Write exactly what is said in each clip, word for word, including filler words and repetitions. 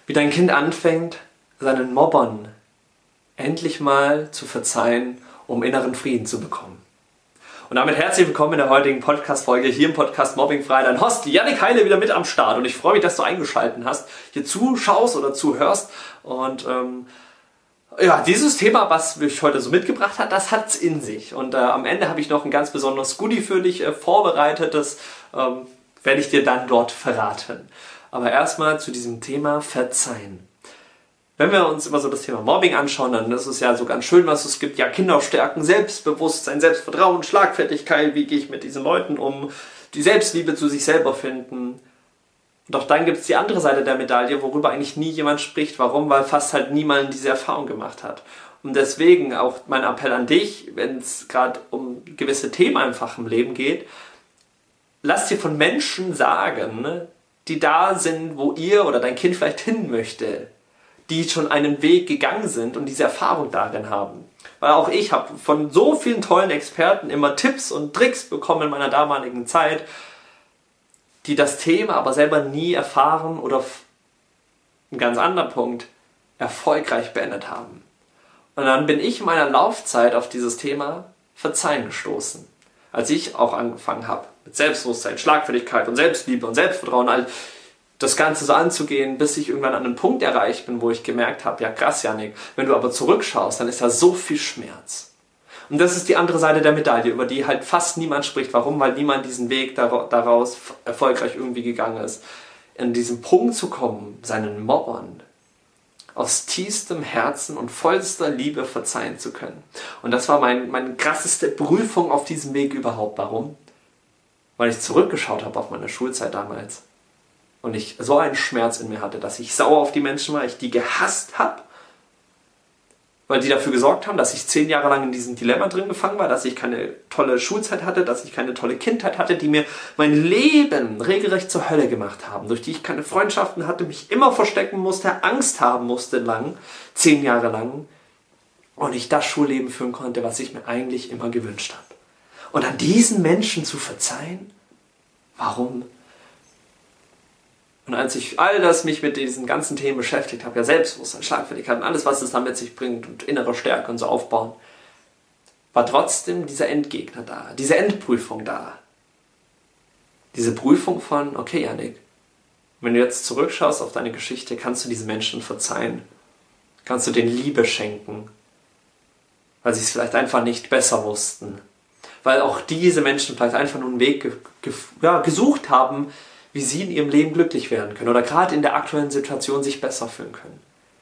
wie dein Kind anfängt, seinen Mobbern endlich mal zu verzeihen, um inneren Frieden zu bekommen. Und damit herzlich willkommen in der heutigen Podcast-Folge hier im Podcast Mobbingfrei. Dein Host Jannik Heile wieder mit am Start und ich freue mich, dass du eingeschaltet hast, hier zuschaust oder zuhörst. Und ähm, ja, dieses Thema, was mich heute so mitgebracht hat, das hat's in sich. Und äh, am Ende habe ich noch ein ganz besonderes Goodie für dich äh, vorbereitet. Das ähm, werde ich dir dann dort verraten. Aber erstmal zu diesem Thema Verzeihen. Wenn wir uns immer so das Thema Mobbing anschauen, dann ist es ja so ganz schön, was es gibt. Ja, Kinder stärken Selbstbewusstsein, Selbstvertrauen, Schlagfertigkeit. Wie gehe ich mit diesen Leuten um? Die Selbstliebe zu sich selber finden. Doch dann gibt es die andere Seite der Medaille, worüber eigentlich nie jemand spricht. Warum? Weil fast halt niemand diese Erfahrung gemacht hat. Und deswegen auch mein Appell an dich, wenn es gerade um gewisse Themen einfach im Leben geht, lass dir von Menschen sagen, die da sind, wo ihr oder dein Kind vielleicht hin möchte, die schon einen Weg gegangen sind und diese Erfahrung darin haben. Weil auch ich habe von so vielen tollen Experten immer Tipps und Tricks bekommen in meiner damaligen Zeit, die das Thema aber selber nie erfahren oder, ein ganz anderer Punkt, erfolgreich beendet haben. Und dann bin ich in meiner Laufzeit auf dieses Thema Verzeihen gestoßen. Als ich auch angefangen habe, mit Selbstbewusstsein, Schlagfertigkeit und Selbstliebe und Selbstvertrauen, all das Ganze so anzugehen, bis ich irgendwann an einem Punkt erreicht bin, wo ich gemerkt habe, ja krass, Jannik, wenn du aber zurückschaust, dann ist da so viel Schmerz. Und das ist die andere Seite der Medaille, über die halt fast niemand spricht. Warum? Weil niemand diesen Weg daraus erfolgreich irgendwie gegangen ist. In diesen Punkt zu kommen, seinen Mobbern aus tiefstem Herzen und vollster Liebe verzeihen zu können. Und das war mein, meine krasseste Prüfung auf diesem Weg überhaupt. Warum? Weil ich zurückgeschaut habe auf meine Schulzeit damals. Und ich so einen Schmerz in mir hatte, dass ich sauer auf die Menschen war, ich die gehasst habe, weil die dafür gesorgt haben, dass ich zehn Jahre lang in diesem Dilemma drin gefangen war, dass ich keine tolle Schulzeit hatte, dass ich keine tolle Kindheit hatte, die mir mein Leben regelrecht zur Hölle gemacht haben, durch die ich keine Freundschaften hatte, mich immer verstecken musste, Angst haben musste lang, zehn Jahre lang, und ich das Schulleben führen konnte, was ich mir eigentlich immer gewünscht habe. Und an diesen Menschen zu verzeihen? Warum? Und als ich all das mich mit diesen ganzen Themen beschäftigt habe, ja Selbstbewusstsein, Schlagfertigkeit und alles, was es dann mit sich bringt und innere Stärke und so aufbauen, war trotzdem dieser Endgegner da, diese Endprüfung da. Diese Prüfung von, okay Jannik, wenn du jetzt zurückschaust auf deine Geschichte, kannst du diesen Menschen verzeihen, kannst du denen Liebe schenken, weil sie es vielleicht einfach nicht besser wussten, weil auch diese Menschen vielleicht einfach nur einen Weg ge- ge- ja, gesucht haben, wie sie in ihrem Leben glücklich werden können oder gerade in der aktuellen Situation sich besser fühlen können.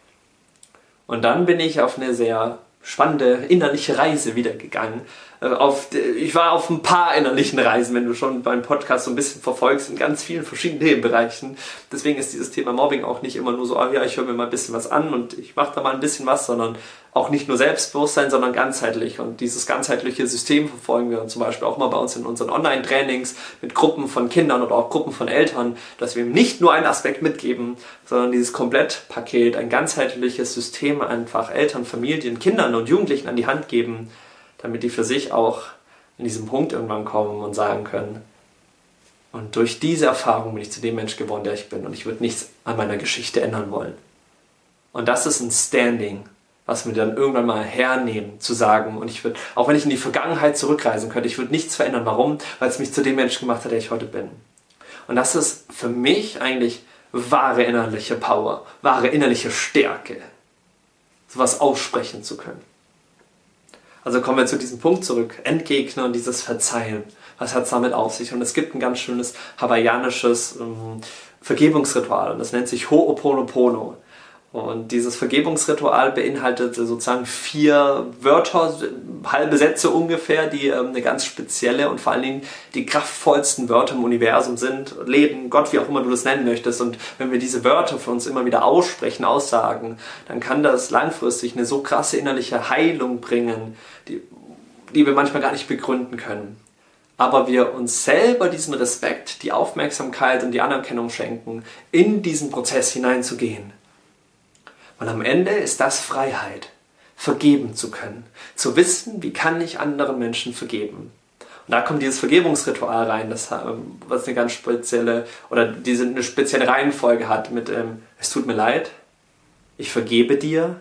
Und dann bin ich auf eine sehr spannende innerliche Reise wieder gegangen. Auf, ich war auf ein paar innerlichen Reisen, wenn du schon beim Podcast so ein bisschen verfolgst, in ganz vielen verschiedenen Themenbereichen. Deswegen ist dieses Thema Mobbing auch nicht immer nur so, ah ja, ich höre mir mal ein bisschen was an und ich mache da mal ein bisschen was, sondern auch nicht nur Selbstbewusstsein, sondern ganzheitlich. Und dieses ganzheitliche System verfolgen wir zum Beispiel auch mal bei uns in unseren Online-Trainings mit Gruppen von Kindern oder auch Gruppen von Eltern, dass wir ihm nicht nur einen Aspekt mitgeben, sondern dieses Komplettpaket, ein ganzheitliches System einfach Eltern, Familien, Kindern und Jugendlichen an die Hand geben, damit die für sich auch in diesen Punkt irgendwann kommen und sagen können, und durch diese Erfahrung bin ich zu dem Mensch geworden, der ich bin, und ich würde nichts an meiner Geschichte ändern wollen. Und das ist ein Standing, was wir dann irgendwann mal hernehmen, zu sagen, und ich würde, auch wenn ich in die Vergangenheit zurückreisen könnte, ich würde nichts verändern. Warum? Weil es mich zu dem Menschen gemacht hat, der ich heute bin. Und das ist für mich eigentlich wahre innerliche Power, wahre innerliche Stärke, sowas aussprechen zu können. Also kommen wir zu diesem Punkt zurück, Endgegner und dieses Verzeihen. Was hat es damit auf sich? Und es gibt ein ganz schönes hawaiianisches ähm, Vergebungsritual und das nennt sich Ho'oponopono. Und dieses Vergebungsritual beinhaltet sozusagen vier Wörter, halbe Sätze ungefähr, die ähm, eine ganz spezielle und vor allen Dingen die kraftvollsten Wörter im Universum sind. Leben, Gott, wie auch immer du das nennen möchtest. Und wenn wir diese Wörter für uns immer wieder aussprechen, aussagen, dann kann das langfristig eine so krasse innerliche Heilung bringen, die, die wir manchmal gar nicht begründen können. Aber wir uns selber diesen Respekt, die Aufmerksamkeit und die Anerkennung schenken, in diesen Prozess hineinzugehen. Und am Ende ist das Freiheit, vergeben zu können. Zu wissen, wie kann ich anderen Menschen vergeben. Und da kommt dieses Vergebungsritual rein, das, ähm, was eine ganz spezielle, oder diese eine spezielle Reihenfolge hat mit ähm, es tut mir leid, ich vergebe dir,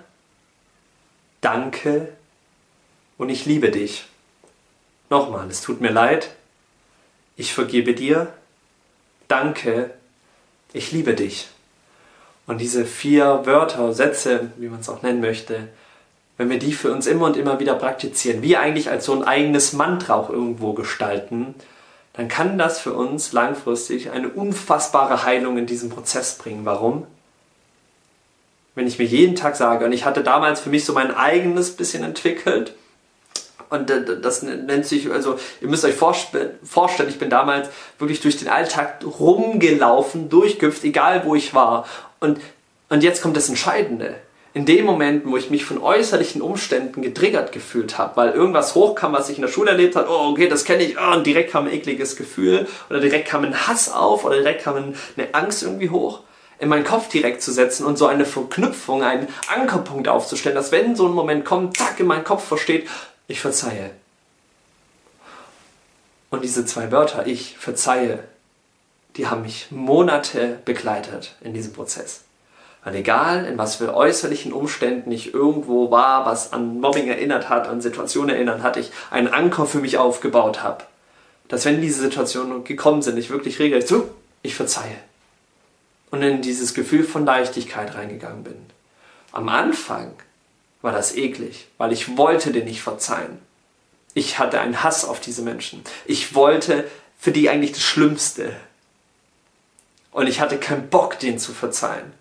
danke und ich liebe dich. Nochmal, es tut mir leid, ich vergebe dir, danke, ich liebe dich. Und diese vier Wörter, Sätze, wie man es auch nennen möchte, wenn wir die für uns immer und immer wieder praktizieren, wie eigentlich als so ein eigenes Mantra auch irgendwo gestalten, dann kann das für uns langfristig eine unfassbare Heilung in diesem Prozess bringen. Warum? Wenn ich mir jeden Tag sage, und ich hatte damals für mich so mein eigenes bisschen entwickelt, und das nennt sich, also ihr müsst euch vorstellen, ich bin damals wirklich durch den Alltag rumgelaufen, durchgehüpft, egal wo ich war. Und, und jetzt kommt das Entscheidende. In den Momenten, wo ich mich von äußerlichen Umständen getriggert gefühlt habe, weil irgendwas hochkam, was ich in der Schule erlebt habe, oh okay, das kenne ich, oh, und direkt kam ein ekliges Gefühl, oder direkt kam ein Hass auf, oder direkt kam eine Angst irgendwie hoch, in meinen Kopf direkt zu setzen und so eine Verknüpfung, einen Ankerpunkt aufzustellen, dass wenn so ein Moment kommt, zack, in meinen Kopf versteht, ich verzeihe. Und diese zwei Wörter, ich verzeihe, die haben mich Monate begleitet in diesem Prozess. Weil egal, in was für äußerlichen Umständen ich irgendwo war, was an Mobbing erinnert hat, an Situationen erinnert hat, ich einen Anker für mich aufgebaut habe. Dass wenn diese Situationen gekommen sind, ich wirklich regelrecht so, ich verzeihe. Und in dieses Gefühl von Leichtigkeit reingegangen bin. Am Anfang war das eklig, weil ich wollte denen nicht verzeihen. Ich hatte einen Hass auf diese Menschen. Ich wollte für die eigentlich das Schlimmste. Und ich hatte keinen Bock, denen zu verzeihen.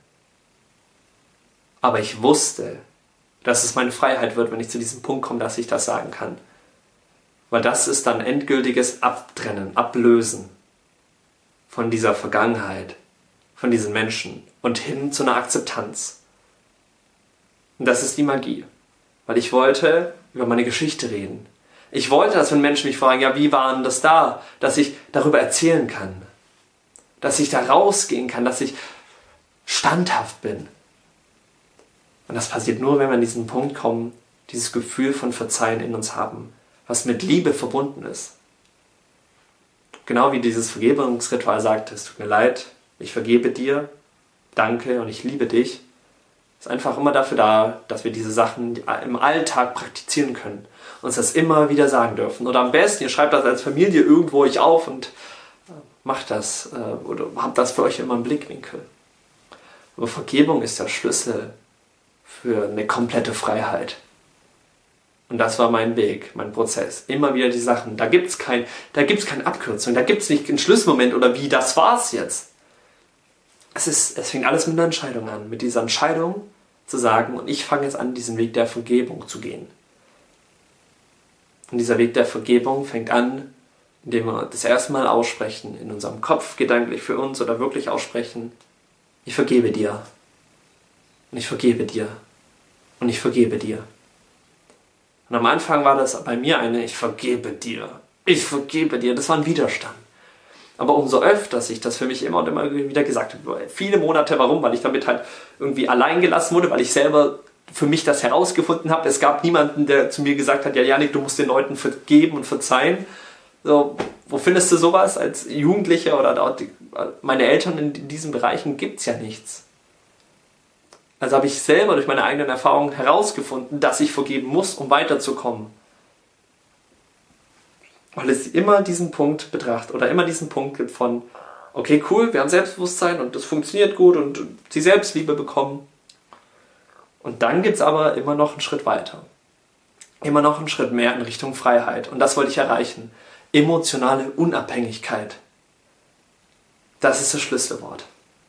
Aber ich wusste, dass es meine Freiheit wird, wenn ich zu diesem Punkt komme, dass ich das sagen kann. Weil das ist dann endgültiges Abtrennen, Ablösen von dieser Vergangenheit, von diesen Menschen und hin zu einer Akzeptanz. Und das ist die Magie. Weil ich wollte über meine Geschichte reden. Ich wollte, dass wenn Menschen mich fragen, ja, wie war denn das da? Dass ich darüber erzählen kann. Dass ich da rausgehen kann, dass ich standhaft bin. Und das passiert nur, wenn wir an diesen Punkt kommen, dieses Gefühl von Verzeihen in uns haben, was mit Liebe verbunden ist. Genau wie dieses Vergebungsritual sagt, es tut mir leid, ich vergebe dir, danke und ich liebe dich, ist einfach immer dafür da, dass wir diese Sachen im Alltag praktizieren können. Uns das immer wieder sagen dürfen. Oder am besten, ihr schreibt das als Familie irgendwo euch auf und macht das oder habt das für euch immer im Blickwinkel. Aber Vergebung ist der Schlüssel für eine komplette Freiheit. Und das war mein Weg, mein Prozess. Immer wieder die Sachen. Da gibt es kein, da gibt's keine Abkürzung, da gibt es nicht einen Schlussmoment oder wie, das war's jetzt. Es, ist, es fängt alles mit einer Entscheidung an. Mit dieser Entscheidung zu sagen, und ich fange jetzt an, diesen Weg der Vergebung zu gehen. Und dieser Weg der Vergebung fängt an, indem wir das erste Mal aussprechen, in unserem Kopf gedanklich für uns oder wirklich aussprechen, ich vergebe dir. Und ich vergebe dir. Und ich vergebe dir. Und am Anfang war das bei mir eine, ich vergebe dir. Ich vergebe dir. Das war ein Widerstand. Aber umso öfter ich das für mich immer und immer wieder gesagt habe, viele Monate, warum? Weil ich damit halt irgendwie allein gelassen wurde, weil ich selber für mich das herausgefunden habe. Es gab niemanden, der zu mir gesagt hat, ja Janik, du musst den Leuten vergeben und verzeihen. So, wo findest du sowas als Jugendlicher oder dort, meine Eltern in diesen Bereichen gibt es ja nichts. Also habe ich selber durch meine eigenen Erfahrungen herausgefunden, dass ich vergeben muss, um weiterzukommen. Weil es immer diesen Punkt betrachtet oder immer diesen Punkt gibt von, okay, cool, wir haben Selbstbewusstsein und das funktioniert gut und die Selbstliebe bekommen. Und dann gibt es aber immer noch einen Schritt weiter. Immer noch einen Schritt mehr in Richtung Freiheit. Und das wollte ich erreichen. Emotionale Unabhängigkeit. Das ist das Schlüsselwort.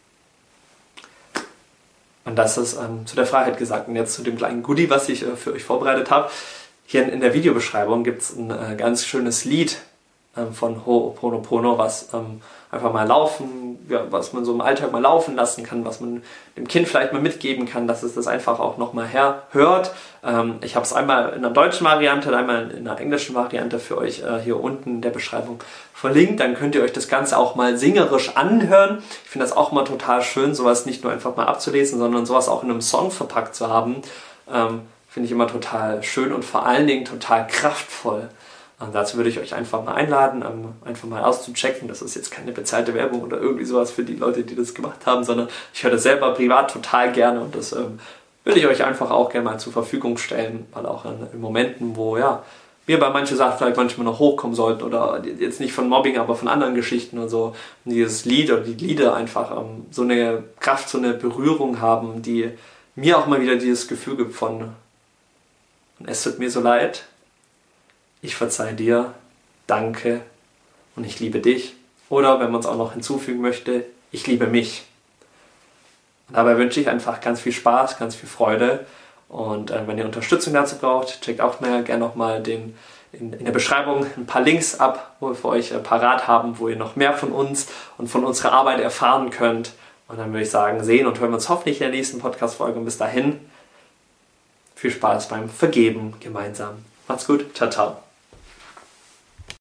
Und das ist ähm, zu der Freiheit gesagt. Und jetzt zu dem kleinen Goodie, was ich äh, für euch vorbereitet habe. Hier in, in der Videobeschreibung gibt es ein äh, ganz schönes Lied ähm, von Ho'oponopono, was ähm, einfach mal laufen, ja, was man so im Alltag mal laufen lassen kann, was man dem Kind vielleicht mal mitgeben kann, dass es das einfach auch nochmal hört. Ähm, ich habe es einmal in einer deutschen Variante, einmal in einer englischen Variante für euch äh, hier unten in der Beschreibung verlinkt. Dann könnt ihr euch das Ganze auch mal singerisch anhören. Ich finde das auch immer total schön, sowas nicht nur einfach mal abzulesen, sondern sowas auch in einem Song verpackt zu haben. Ähm, finde ich immer total schön und vor allen Dingen total kraftvoll. Und dazu würde ich euch einfach mal einladen, um einfach mal auszuchecken. Das ist jetzt keine bezahlte Werbung oder irgendwie sowas für die Leute, die das gemacht haben, sondern ich höre das selber privat total gerne und das ähm, würde ich euch einfach auch gerne mal zur Verfügung stellen, weil auch in, in Momenten, wo ja mir bei manchen Sachen vielleicht manchmal noch hochkommen sollten oder jetzt nicht von Mobbing, aber von anderen Geschichten und so, und dieses Lied oder die Lieder einfach ähm, so eine Kraft, so eine Berührung haben, die mir auch mal wieder dieses Gefühl gibt von, es tut mir so leid, ich verzeihe dir, danke und ich liebe dich. Oder wenn man es auch noch hinzufügen möchte, ich liebe mich. Und dabei wünsche ich einfach ganz viel Spaß, ganz viel Freude. Und äh, wenn ihr Unterstützung dazu braucht, checkt auch mal gerne nochmal den, in, in der Beschreibung ein paar Links ab, wo wir für euch äh, parat haben, wo ihr noch mehr von uns und von unserer Arbeit erfahren könnt. Und dann würde ich sagen, sehen und hören wir uns hoffentlich in der nächsten Podcast-Folge. Und bis dahin, viel Spaß beim Vergeben gemeinsam. Macht's gut, ciao, ciao.